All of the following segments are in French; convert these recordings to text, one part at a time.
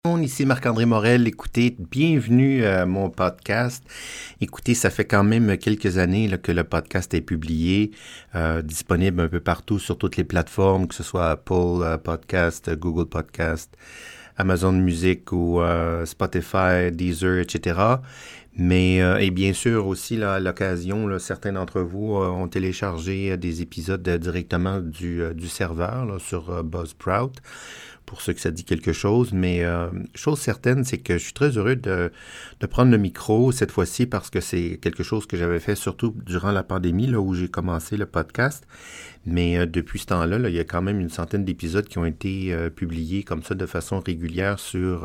Ici Marc-André Morel, écoutez, bienvenue à mon podcast. Écoutez, ça fait quand même quelques années là, que le podcast est publié, disponible un peu partout sur toutes les plateformes, que ce soit Apple Podcast, Google Podcast, Amazon Music ou Spotify, Deezer, etc. Mais et bien sûr aussi là, à l'occasion, là, certains d'entre vous ont téléchargé des épisodes directement du serveur là, sur Buzzsprout. Pour ceux que ça dit quelque chose, mais chose certaine, c'est que je suis très heureux de prendre le micro cette fois-ci parce que c'est quelque chose que j'avais fait surtout durant la pandémie, là où j'ai commencé le podcast. Mais depuis ce temps-là, là, il y a quand même une centaine d'épisodes qui ont été publiés comme ça de façon régulière sur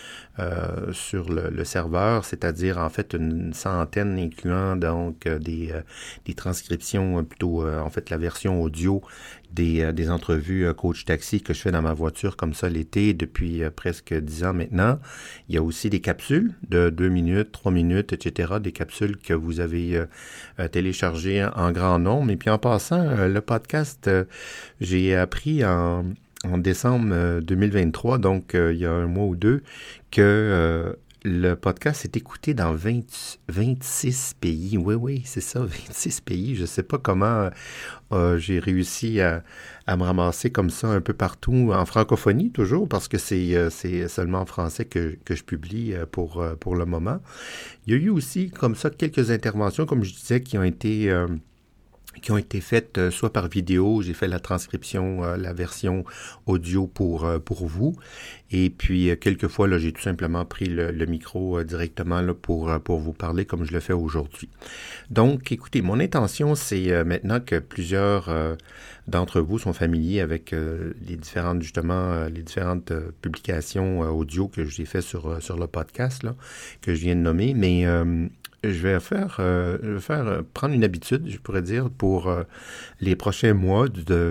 le serveur, c'est-à-dire en fait une centaine incluant donc des transcriptions, plutôt en fait la version audio des entrevues Coach Taxi que je fais dans ma voiture comme ça l'été depuis presque 10 ans maintenant. Il y a aussi des capsules de 2 minutes, 3 minutes, etc., des capsules que vous avez téléchargées en grand nombre. Et puis en passant, le podcast, j'ai appris en décembre 2023, donc il y a un mois ou deux, que le podcast est écouté dans 26 pays. Oui, c'est ça, 26 pays. Je ne sais pas comment j'ai réussi à me ramasser comme ça un peu partout, en francophonie toujours, parce que c'est seulement en français que je publie pour le moment. Il y a eu aussi comme ça quelques interventions, comme je disais, qui ont été faites soit par vidéo, j'ai fait la transcription, la version audio pour vous. Et puis, quelquefois, là, j'ai tout simplement pris le micro directement là, pour vous parler comme je le fais aujourd'hui. Donc, écoutez, mon intention, c'est maintenant que plusieurs d'entre vous sont familiers avec les différentes publications audio que j'ai fait sur le podcast, là, que je viens de nommer, mais je vais prendre une habitude, je pourrais dire, pour les prochains mois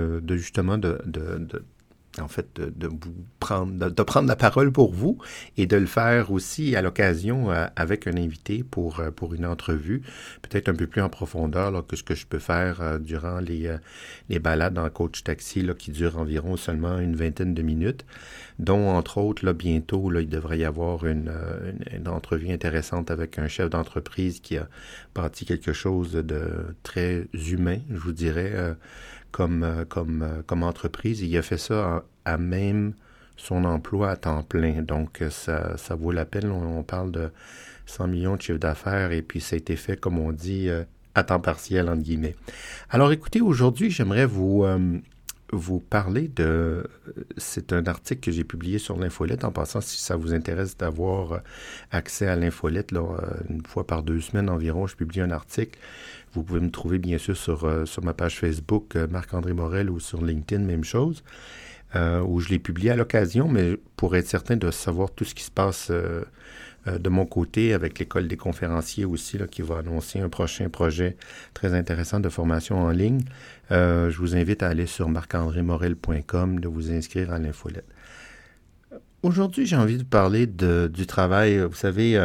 de vous de prendre la parole pour vous et de le faire aussi à l'occasion avec un invité pour une entrevue, peut-être un peu plus en profondeur là, que ce que je peux faire durant les balades en coach taxi là, qui durent environ seulement une vingtaine de minutes, dont entre autres là, bientôt là, il devrait y avoir une entrevue intéressante avec un chef d'entreprise qui a bâti quelque chose de très humain, je vous dirais, comme entreprise. Il a fait ça à même son emploi à temps plein. Donc, ça vaut la peine. On parle de 100 millions de chiffre d'affaires et puis ça a été fait, comme on dit, à temps partiel, entre guillemets. Alors, écoutez, aujourd'hui, j'aimerais vous parler de... C'est un article que j'ai publié sur l'Infolette. En passant, si ça vous intéresse d'avoir accès à l'Infolette, là, une fois par 2 semaines environ, je publie un article. Vous pouvez me trouver bien sûr sur ma page Facebook, Marc-André Morel, ou sur LinkedIn, même chose, où je l'ai publié à l'occasion, mais pour être certain de savoir tout ce qui se passe de mon côté avec l'École des conférenciers aussi, là, qui va annoncer un prochain projet très intéressant de formation en ligne. Je vous invite à aller sur marcandrémorel.com, de vous inscrire à l'infolette. Aujourd'hui, j'ai envie de parler du travail. Vous savez,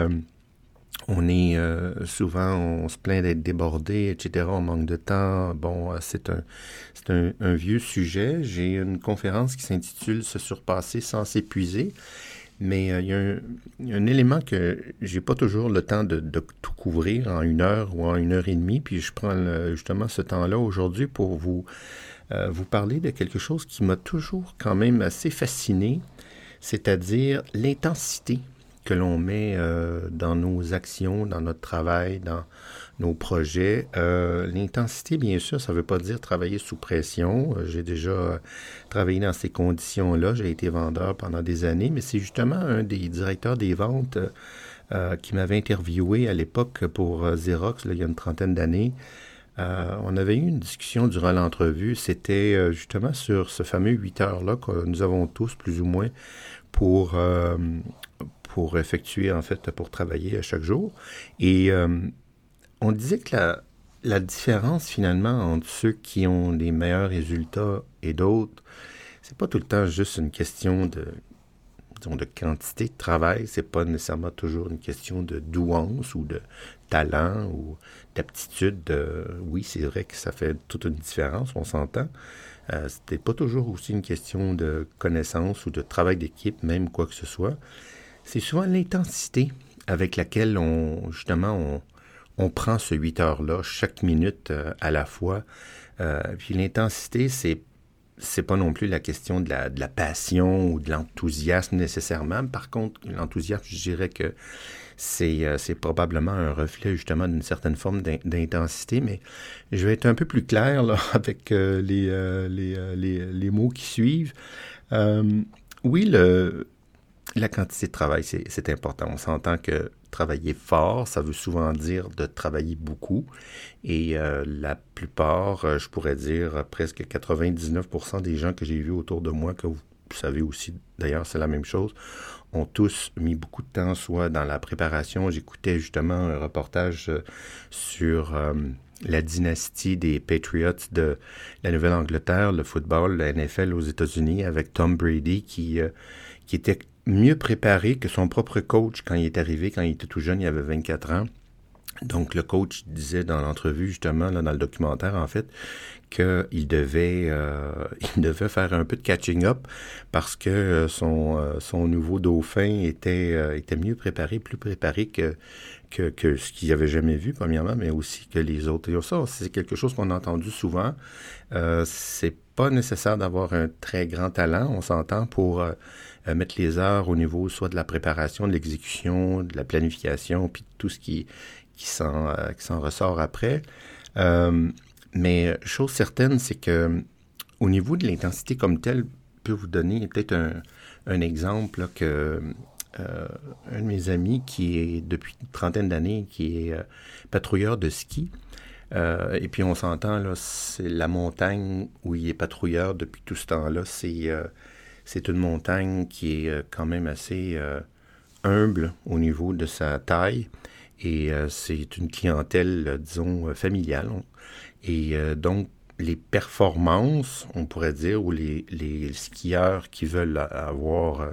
on se plaint d'être débordé, etc. On manque de temps. Bon, c'est un vieux sujet. J'ai une conférence qui s'intitule « Se surpasser sans s'épuiser ». Mais il y a un élément que j'ai pas toujours le temps de tout couvrir en 1 heure ou en 1 heure et demie. Puis je prends justement ce temps-là aujourd'hui pour vous parler de quelque chose qui m'a toujours quand même assez fasciné, c'est-à-dire l'intensité que l'on met dans nos actions, dans notre travail, dans nos projets. L'intensité, bien sûr, ça ne veut pas dire travailler sous pression. J'ai déjà travaillé dans ces conditions-là. J'ai été vendeur pendant des années, mais c'est justement un des directeurs des ventes qui m'avait interviewé à l'époque pour Xerox, là, il y a une trentaine d'années. On avait eu une discussion durant l'entrevue. C'était justement sur ce fameux 8 heures-là que nous avons tous, plus ou moins, pour effectuer, en fait, pour travailler à chaque jour. Et on disait que la différence, finalement, entre ceux qui ont les meilleurs résultats et d'autres, c'est pas tout le temps juste une question de quantité de travail, c'est pas nécessairement toujours une question de douance ou de talent ou d'aptitude. Oui, c'est vrai que ça fait toute une différence, on s'entend. C'était pas toujours aussi une question de connaissance ou de travail d'équipe, même quoi que ce soit. C'est souvent l'intensité avec laquelle on prend ce 8 heures-là, chaque minute à la fois. Puis l'intensité, c'est pas non plus la question de la passion ou de l'enthousiasme nécessairement. Par contre, l'enthousiasme, je dirais que c'est probablement un reflet justement d'une certaine forme d'intensité, mais je vais être un peu plus clair là, avec les mots qui suivent. Oui, la quantité de travail, c'est important. On s'entend que travailler fort, ça veut souvent dire de travailler beaucoup. Et la plupart, je pourrais dire presque 99% des gens que j'ai vus autour de moi, que vous savez aussi, d'ailleurs, c'est la même chose, ont tous mis beaucoup de temps, soit dans la préparation. J'écoutais justement un reportage sur la dynastie des Patriots de la Nouvelle-Angleterre, le football, la NFL aux États-Unis, avec Tom Brady qui était mieux préparé que son propre coach quand il est arrivé, quand il était tout jeune, il avait 24 ans. Donc, le coach disait dans l'entrevue, justement, là, dans le documentaire, en fait, qu'il devait, il devait faire un peu de catching up parce que son nouveau dauphin était mieux préparé, plus préparé que ce qu'il avait jamais vu, premièrement, mais aussi que les autres. Et ça, c'est quelque chose qu'on a entendu souvent. C'est pas nécessaire d'avoir un très grand talent, on s'entend, pour mettre les heures au niveau soit de la préparation, de l'exécution, de la planification, puis tout ce qui s'en ressort après. Mais chose certaine, c'est que au niveau de l'intensité comme telle, je peux vous donner peut-être un exemple là, que un de mes amis qui est depuis une trentaine d'années, qui est patrouilleur de ski. Et puis on s'entend, là, c'est la montagne où il est patrouilleur depuis tout ce temps-là. C'est une montagne qui est quand même assez humble au niveau de sa taille. Et c'est une clientèle, disons, familiale. Et donc, les performances, on pourrait dire, ou les skieurs qui veulent avoir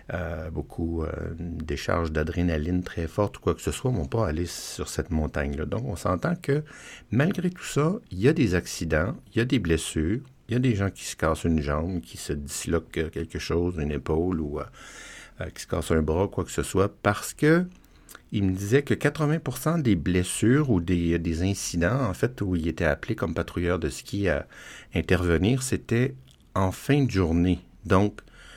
beaucoup de décharge d'adrénaline très forte ou quoi que ce soit, ne vont pas aller sur cette montagne-là. Donc, on s'entend que, malgré tout ça, il y a des accidents, il y a des blessures, il y a des gens qui se cassent une jambe, qui se disloquent quelque chose, une épaule, ou qui se cassent un bras, quoi que ce soit, parce que il me disait que 80% des blessures ou des incidents, en fait, où il était appelé comme patrouilleur de ski à intervenir, c'était en fin de journée. Donc,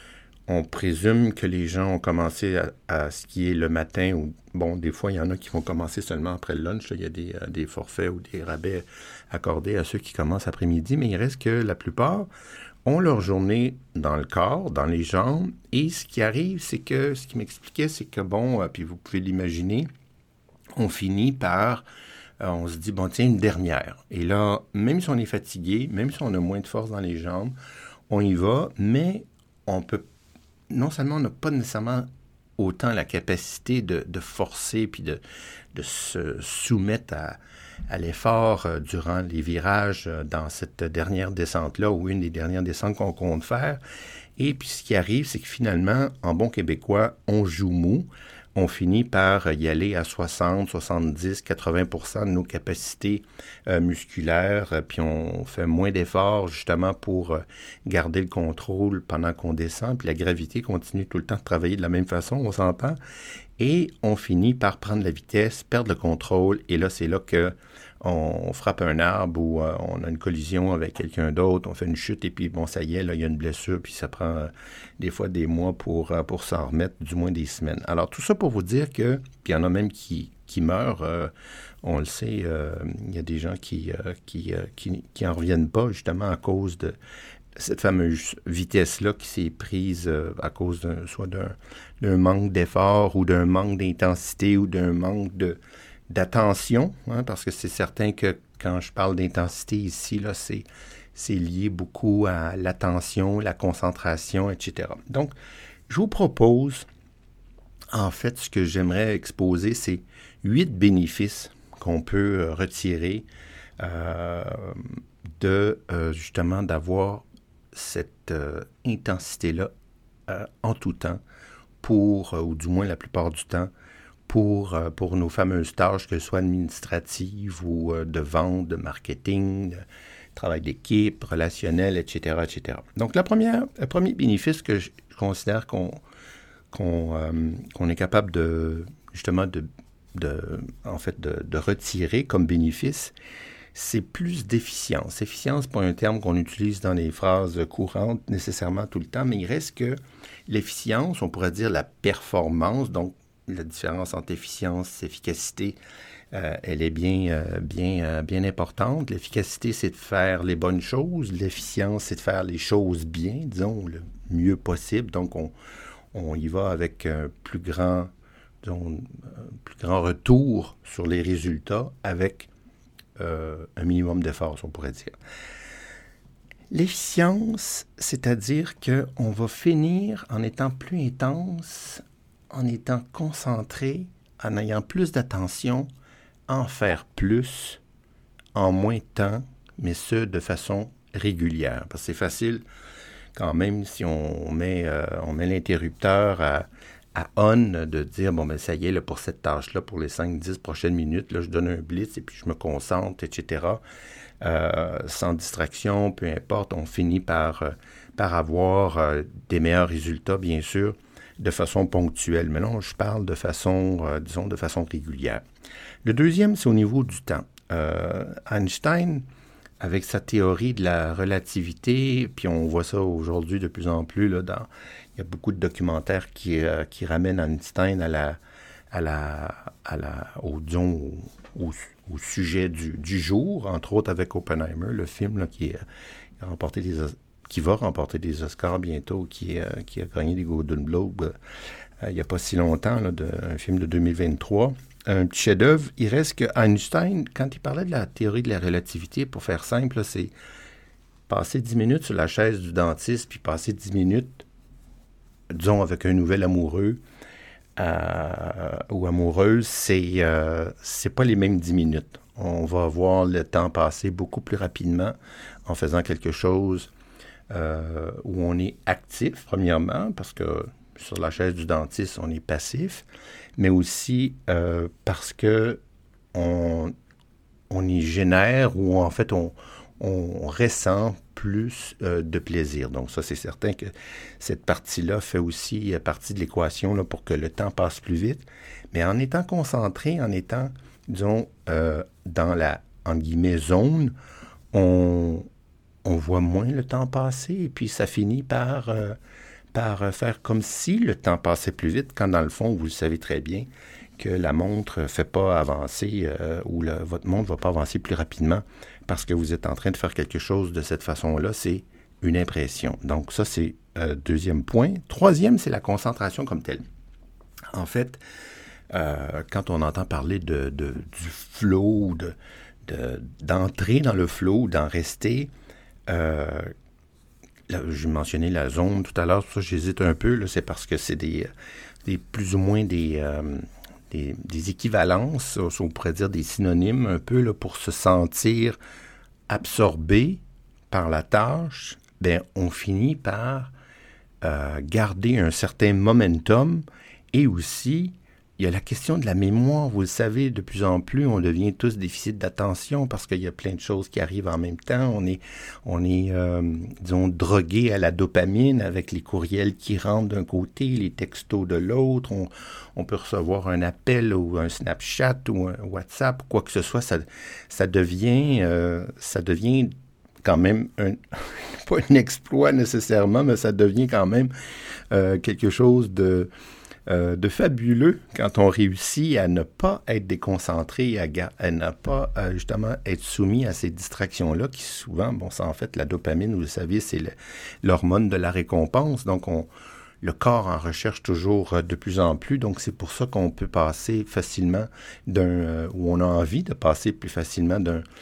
on présume que les gens ont commencé à skier le matin ou, bon, des fois, il y en a qui vont commencer seulement après le lunch. Là, il y a des forfaits ou des rabais accordés à ceux qui commencent après-midi, mais il reste que la plupart ont leur journée dans le corps, dans les jambes, et ce qui arrive, c'est que, ce qui m'expliquait, c'est que, bon, puis vous pouvez l'imaginer, on finit par, on se dit, bon, tiens, une dernière. Et là, même si on est fatigué, même si on a moins de force dans les jambes, on y va, mais on peut, non seulement on n'a pas nécessairement autant la capacité de forcer puis de se soumettre à l'effort durant les virages dans cette dernière descente-là ou une des dernières descentes qu'on compte faire. Et puis ce qui arrive, c'est que finalement, en bon québécois, on joue mou. On finit par y aller à 60, 70, 80% de nos capacités musculaires, puis on fait moins d'efforts justement pour garder le contrôle pendant qu'on descend, puis la gravité continue tout le temps de travailler de la même façon, on s'entend, et on finit par prendre la vitesse, perdre le contrôle, et là, c'est là que on frappe un arbre ou on a une collision avec quelqu'un d'autre, on fait une chute et puis bon, ça y est, là, il y a une blessure, puis ça prend des fois des mois pour s'en remettre, du moins des semaines. Alors, tout ça pour vous dire que, puis il y en a même qui meurent, on le sait, il y a des gens qui en reviennent pas justement à cause de cette fameuse vitesse-là qui s'est prise à cause soit d'un manque d'effort ou d'un manque d'intensité ou d'un manque d'attention, hein, parce que c'est certain que quand je parle d'intensité ici, là, c'est lié beaucoup à l'attention, la concentration, etc. Donc, je vous propose, en fait, ce que j'aimerais exposer, c'est 8 bénéfices qu'on peut retirer justement d'avoir cette intensité-là en tout temps, ou du moins la plupart du temps, pour nos fameuses tâches, que ce soit administratives ou de vente, de marketing, travail d'équipe, relationnel, etc., etc. Donc, le premier bénéfice que je considère qu'on est capable de, justement, en fait, de retirer comme bénéfice, c'est plus d'efficience. Efficience, pas un terme qu'on utilise dans les phrases courantes nécessairement tout le temps, mais il reste que l'efficience, on pourrait dire la performance, donc la différence entre efficience et efficacité, elle est bien importante. L'efficacité, c'est de faire les bonnes choses. L'efficience, c'est de faire les choses bien, disons, le mieux possible. Donc, on y va avec un plus grand retour sur les résultats avec un minimum d'efforts, on pourrait dire. L'efficience, c'est-à-dire qu'on va finir en étant plus intense, en étant concentré, en ayant plus d'attention, en faire plus, en moins de temps, mais ce, de façon régulière. Parce que c'est facile, quand même, si on met l'interrupteur à on, de dire, bon, ben ça y est, là, pour cette tâche-là, pour les 5-10 prochaines minutes, là, je donne un blitz et puis je me concentre, etc. Sans distraction, peu importe, on finit par avoir des meilleurs résultats, bien sûr, de façon ponctuelle. Mais non, je parle de façon, disons, de façon régulière. Le deuxième, c'est au niveau du temps. Einstein, avec sa théorie de la relativité, puis on voit ça aujourd'hui de plus en plus, là, il y a beaucoup de documentaires qui ramènent Einstein au sujet du jour, entre autres avec Oppenheimer, le film là, qui va remporter des Oscars bientôt, qui a gagné des Golden Globes il n'y a pas si longtemps, là, un film de 2023. Un petit chef-d'œuvre. Il reste que Einstein, quand il parlait de la théorie de la relativité, pour faire simple, là, c'est passer 10 minutes sur la chaise du dentiste, puis passer 10 minutes, disons, avec un nouvel amoureux ou amoureuse, c'est pas les mêmes 10 minutes. On va voir le temps passer beaucoup plus rapidement en faisant quelque chose où on est actif, premièrement, parce que sur la chaise du dentiste, on est passif, mais aussi parce que on y génère ou en fait on ressent plus de plaisir. Donc ça, c'est certain que cette partie-là fait aussi partie de l'équation là, pour que le temps passe plus vite. Mais en étant concentré, en étant, disons, dans la, entre guillemets, zone, on voit moins le temps passer et puis ça finit par faire comme si le temps passait plus vite, quand dans le fond, vous le savez très bien, que la montre ne fait pas avancer ou votre montre ne va pas avancer plus rapidement parce que vous êtes en train de faire quelque chose de cette façon-là. C'est une impression. Donc ça, c'est deuxième point. Troisième, c'est la concentration comme telle. En fait, quand on entend parler du flow, d'entrer dans le flow, d'en rester, là, j'ai mentionné la zone tout à l'heure, ça j'hésite un peu, là, c'est parce que c'est des plus ou moins des équivalences, on pourrait dire des synonymes un peu là, pour se sentir absorbé par la tâche, bien, on finit par garder un certain momentum et aussi il y a la question de la mémoire. Vous le savez, de plus en plus, on devient tous déficit d'attention parce qu'il y a plein de choses qui arrivent en même temps. On est disons, drogué à la dopamine avec les courriels qui rentrent d'un côté, les textos de l'autre. On peut recevoir un appel ou un Snapchat ou un WhatsApp, quoi que ce soit. Ça devient quand même pas un exploit nécessairement, mais ça devient quand même quelque chose de fabuleux quand on réussit à ne pas être déconcentré, à ne pas justement être soumis à ces distractions-là qui souvent, bon, c'est en fait la dopamine, vous le savez, c'est l'hormone de la récompense. Donc, le corps en recherche toujours de plus en plus. Donc, c'est pour ça qu'on peut passer facilement ou on a envie de passer plus facilement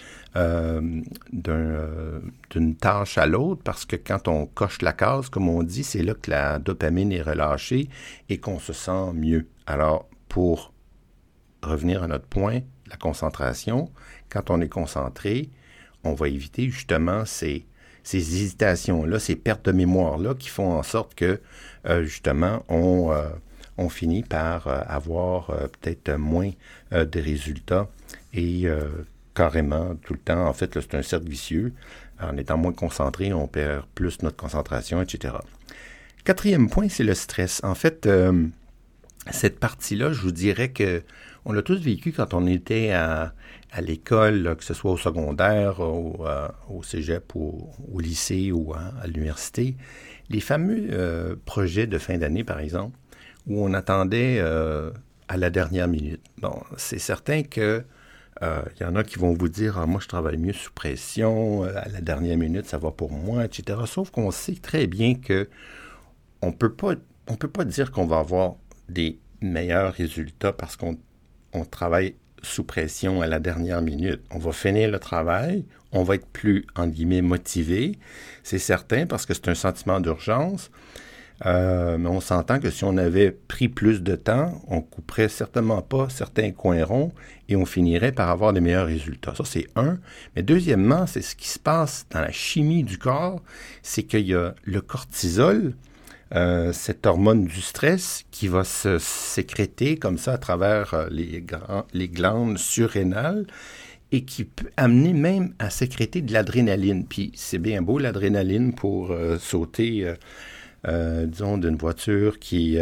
d'une tâche à l'autre, parce que quand on coche la case, comme on dit, c'est là que la dopamine est relâchée et qu'on se sent mieux. Alors, pour revenir à notre point, la concentration, quand on est concentré, on va éviter justement ces hésitations-là, ces pertes de mémoire-là qui font en sorte que, justement, on finit par avoir peut-être moins de résultats et carrément tout le temps. En fait, là, c'est un cercle vicieux. En étant moins concentré, on perd plus notre concentration, etc. Quatrième point, c'est le stress. En fait, cette partie-là, je vous dirais que on l'a tous vécu quand on était à l'école, là, que ce soit au secondaire, au cégep, au lycée ou à l'université. Les fameux projets de fin d'année, par exemple, où on attendait à la dernière minute. Bon, c'est certain que y en a qui vont vous dire moi, je travaille mieux sous pression, à la dernière minute, ça va pour moi, etc. Sauf qu'on sait très bien que on peut pas dire qu'on va avoir des meilleurs résultats parce qu'on travaille sous pression à la dernière minute. On va finir le travail, on va être plus, entre guillemets, motivé, c'est certain, parce que c'est un sentiment d'urgence. Mais on s'entend que si on avait pris plus de temps, on couperait certainement pas certains coins ronds et on finirait par avoir des meilleurs résultats. Ça, c'est un. Mais deuxièmement, c'est ce qui se passe dans la chimie du corps, c'est qu'il y a le cortisol, cette hormone du stress qui va se sécréter comme ça à travers les glandes surrénales et qui peut amener même à sécréter de l'adrénaline. Puis c'est bien beau l'adrénaline pour sauter, disons, d'une voiture qui...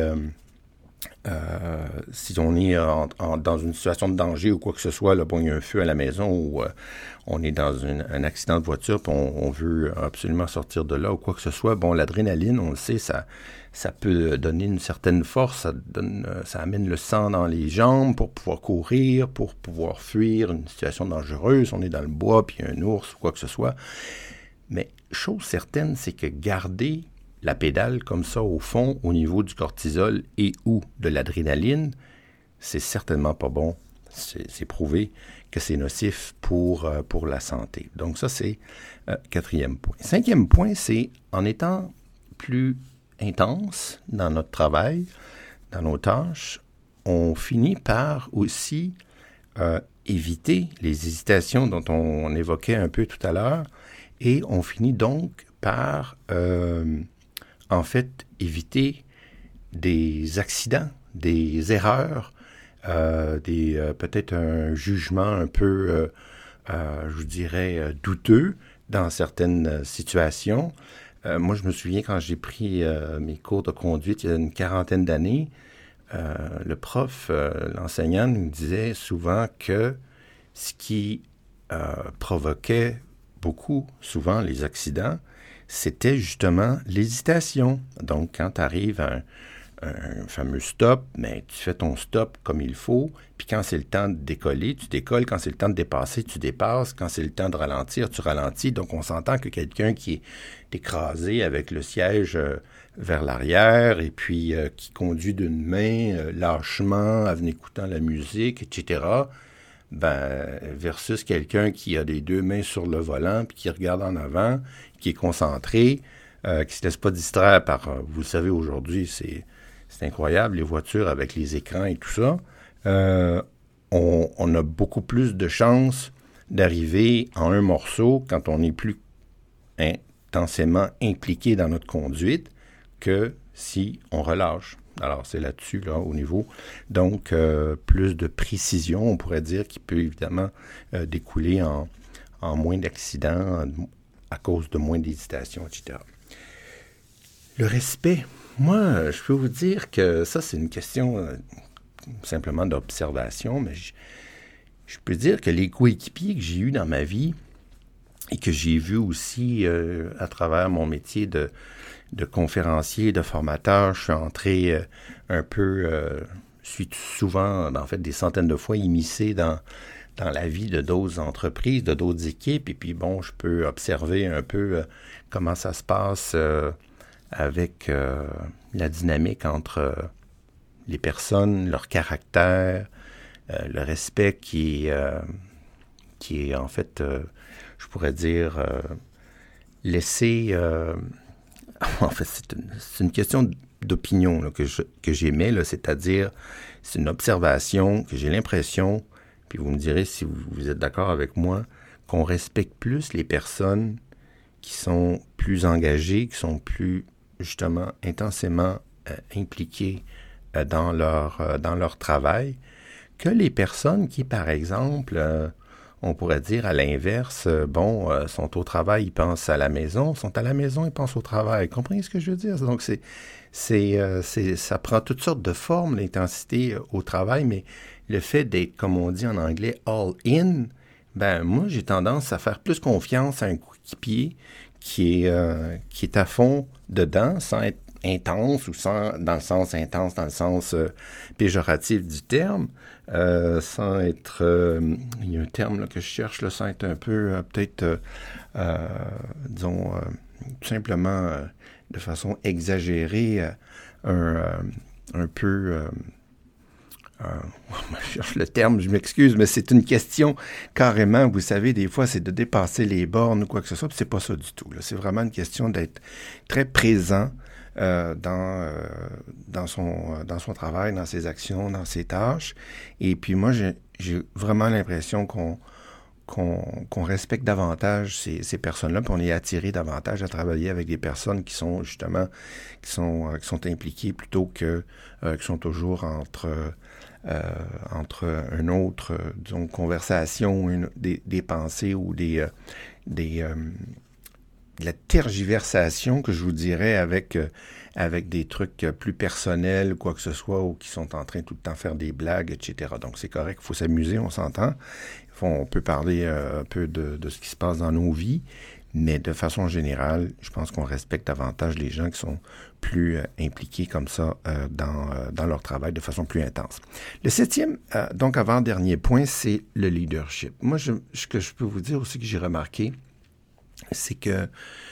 si on est dans une situation de danger ou quoi que ce soit, là, bon, il y a un feu à la maison ou on est dans un accident de voiture puis on veut absolument sortir de là ou quoi que ce soit, bon, l'adrénaline, on le sait, ça peut donner une certaine force, ça amène le sang dans les jambes pour pouvoir courir, pour pouvoir fuir une situation dangereuse, on est dans le bois puis il y a un ours ou quoi que ce soit. Mais chose certaine, c'est que garder la pédale comme ça au fond, au niveau du cortisol et ou de l'adrénaline, c'est certainement pas bon. C'est prouvé que c'est nocif pour la santé. Donc ça, c'est quatrième point. Cinquième point, c'est en étant plus intense dans notre travail, dans nos tâches, on finit par aussi éviter les hésitations dont on évoquait un peu tout à l'heure et on finit donc par... en fait, éviter des accidents, des erreurs, peut-être un jugement un peu, je vous dirais, douteux dans certaines situations. Moi, je me souviens quand j'ai pris mes cours de conduite il y a une quarantaine d'années, le prof, l'enseignant nous disait souvent que ce qui provoquait beaucoup, souvent, les accidents, c'était justement l'hésitation. Donc, quand tu arrives à un fameux stop, mais tu fais ton stop comme il faut, puis quand c'est le temps de décoller, tu décolles, quand c'est le temps de dépasser, tu dépasses, quand c'est le temps de ralentir, tu ralentis. Donc, on s'entend que quelqu'un qui est écrasé avec le siège vers l'arrière et puis qui conduit d'une main lâchement, en écoutant la musique, etc., versus quelqu'un qui a les deux mains sur le volant puis qui regarde en avant, qui est concentré, qui ne se laisse pas distraire par... vous le savez, aujourd'hui, c'est incroyable, les voitures avec les écrans et tout ça. On a beaucoup plus de chances d'arriver en un morceau quand on est plus intensément impliqué dans notre conduite que si on relâche. Alors, c'est là-dessus, là, au niveau. Donc, plus de précision, on pourrait dire, qui peut évidemment découler en moins d'accidents à cause de moins d'hésitation, etc. Le respect, moi, je peux vous dire que ça, c'est une question simplement d'observation, mais je peux dire que les coéquipiers que j'ai eus dans ma vie et que j'ai vus aussi à travers mon métier de conférencier, de formateur, je suis entré un peu, je suis souvent, en fait, des centaines de fois immiscé dans la vie de d'autres entreprises, de d'autres équipes, et puis bon, je peux observer un peu comment ça se passe avec la dynamique entre les personnes, leur caractère, le respect qui est en fait, je pourrais dire, laissé... en fait, c'est une question d'opinion là, que j'émets, là, c'est-à-dire, c'est une observation que j'ai l'impression, puis vous me direz si vous êtes d'accord avec moi, qu'on respecte plus les personnes qui sont plus engagées, qui sont plus, justement, intensément impliquées dans leur travail, que les personnes qui, par exemple, on pourrait dire à l'inverse, sont au travail, ils pensent à la maison, sont à la maison, ils pensent au travail. Comprenez ce que je veux dire? Donc, ça prend toutes sortes de formes, l'intensité au travail, mais le fait d'être, comme on dit en anglais, all in, ben moi, j'ai tendance à faire plus confiance à un coéquipier qui est à fond dedans, sans être intense ou dans le sens intense, dans le sens péjoratif du terme, sans être, il y a un terme là, que je cherche, là, sans être un peu, disons, tout simplement, de façon exagérée, un peu... je cherche le terme, je m'excuse, mais c'est une question carrément, vous savez, des fois, c'est de dépasser les bornes ou quoi que ce soit, puis c'est pas ça du tout. Là. C'est vraiment une question d'être très présent dans son travail, dans ses actions, dans ses tâches. Et puis moi, j'ai vraiment l'impression qu'on respecte davantage ces personnes-là, puis on est attiré davantage à travailler avec des personnes qui sont justement qui sont impliquées plutôt que qui sont toujours entre une autre, disons, conversation, des pensées ou de la tergiversation que je vous dirais avec des trucs plus personnels, quoi que ce soit, ou qui sont en train tout le temps de faire des blagues, etc. Donc c'est correct, il faut s'amuser, on s'entend. On peut parler un peu de ce qui se passe dans nos vies, mais de façon générale, je pense qu'on respecte davantage les gens qui sont plus impliqués comme ça dans leur travail de façon plus intense. Le 7e, donc avant-dernier point, c'est le leadership. Moi, ce que je peux vous dire aussi que j'ai remarqué, c'est que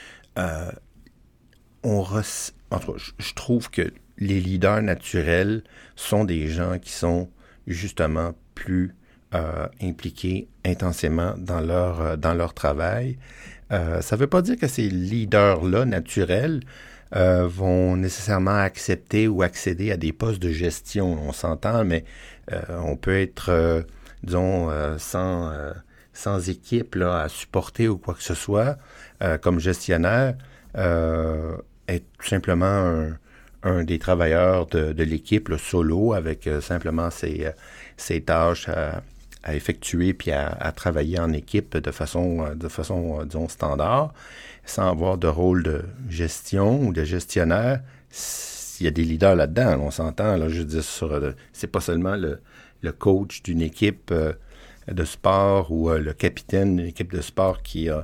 je trouve que les leaders naturels sont des gens qui sont justement plus impliqués intensément dans leur travail. Ça ne veut pas dire que ces leaders-là naturels vont nécessairement accepter ou accéder à des postes de gestion. On s'entend, mais on peut être, disons, sans équipe là, à supporter ou quoi que ce soit, comme gestionnaire, être tout simplement un des travailleurs de l'équipe, le solo, avec simplement ses tâches à effectuer puis à travailler en équipe de façon disons, standard, sans avoir de rôle de gestion ou de gestionnaire. Il y a des leaders là-dedans, on s'entend, là, je veux dire, c'est pas seulement le coach d'une équipe de sport ou le capitaine d'une équipe de sport qui a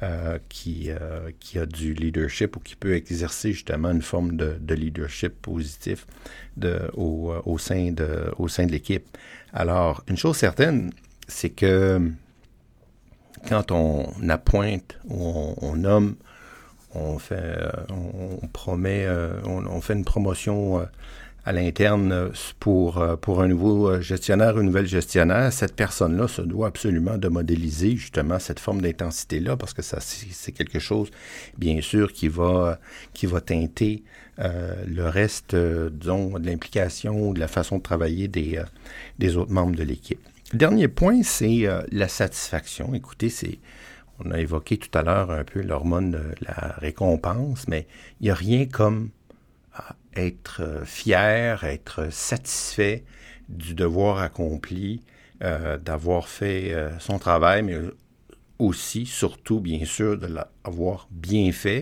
du leadership ou qui peut exercer justement une forme de leadership positif au sein de l'équipe. Alors, une chose certaine, c'est que quand on appointe ou on nomme, on promet, on fait une promotion à l'interne pour un nouveau gestionnaire, une nouvelle gestionnaire, cette personne-là se doit absolument de modéliser justement cette forme d'intensité-là parce que ça, c'est quelque chose, bien sûr, qui va teinter le reste, disons, de l'implication ou de la façon de travailler des autres membres de l'équipe. Le dernier point, c'est la satisfaction. Écoutez, on a évoqué tout à l'heure un peu l'hormone de la récompense, mais il n'y a rien comme être fier, être satisfait du devoir accompli, d'avoir fait son travail, mais aussi, surtout, bien sûr, de l'avoir bien fait.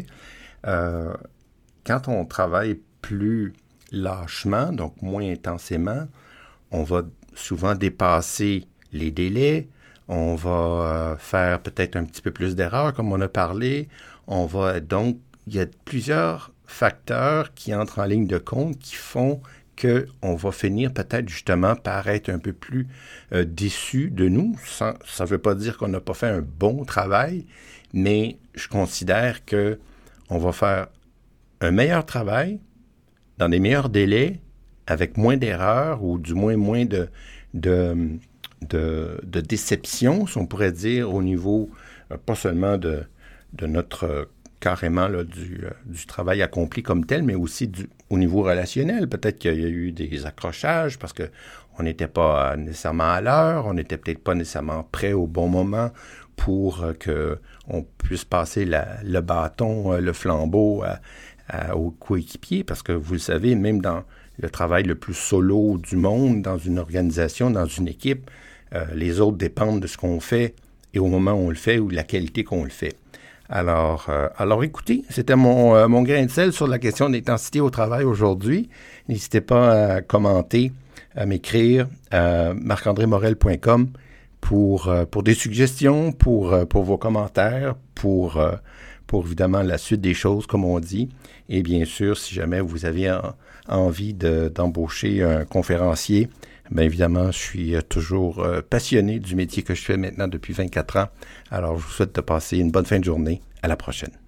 Quand on travaille plus lâchement, donc moins intensément, on va souvent dépasser les délais, on va faire peut-être un petit peu plus d'erreurs, comme on a parlé. Donc, il y a plusieurs facteurs qui entrent en ligne de compte qui font qu'on va finir peut-être justement par être un peu plus déçu de nous. Ça ne veut pas dire qu'on n'a pas fait un bon travail, mais je considère qu'on va faire un meilleur travail dans des meilleurs délais, avec moins d'erreurs ou du moins de déception, si on pourrait dire, au niveau pas seulement de notre carrément là, du travail accompli comme tel, mais aussi au niveau relationnel. Peut-être qu'il y a eu des accrochages parce qu'on n'était pas nécessairement à l'heure, on n'était peut-être pas nécessairement prêt au bon moment pour qu'on puisse passer le bâton, le flambeau aux coéquipiers, parce que vous le savez, même dans le travail le plus solo du monde, dans une organisation, dans une équipe, les autres dépendent de ce qu'on fait et au moment où on le fait ou la qualité qu'on le fait. Alors écoutez, c'était mon grain de sel sur la question d'intensité au travail aujourd'hui. N'hésitez pas à commenter, à m'écrire à marc-andré-morel.com pour des suggestions, pour vos commentaires, pour évidemment la suite des choses, comme on dit. Et bien sûr, si jamais vous avez envie d'embaucher un conférencier, bien évidemment, je suis toujours passionné du métier que je fais maintenant depuis 24 ans. Alors, je vous souhaite de passer une bonne fin de journée. À la prochaine.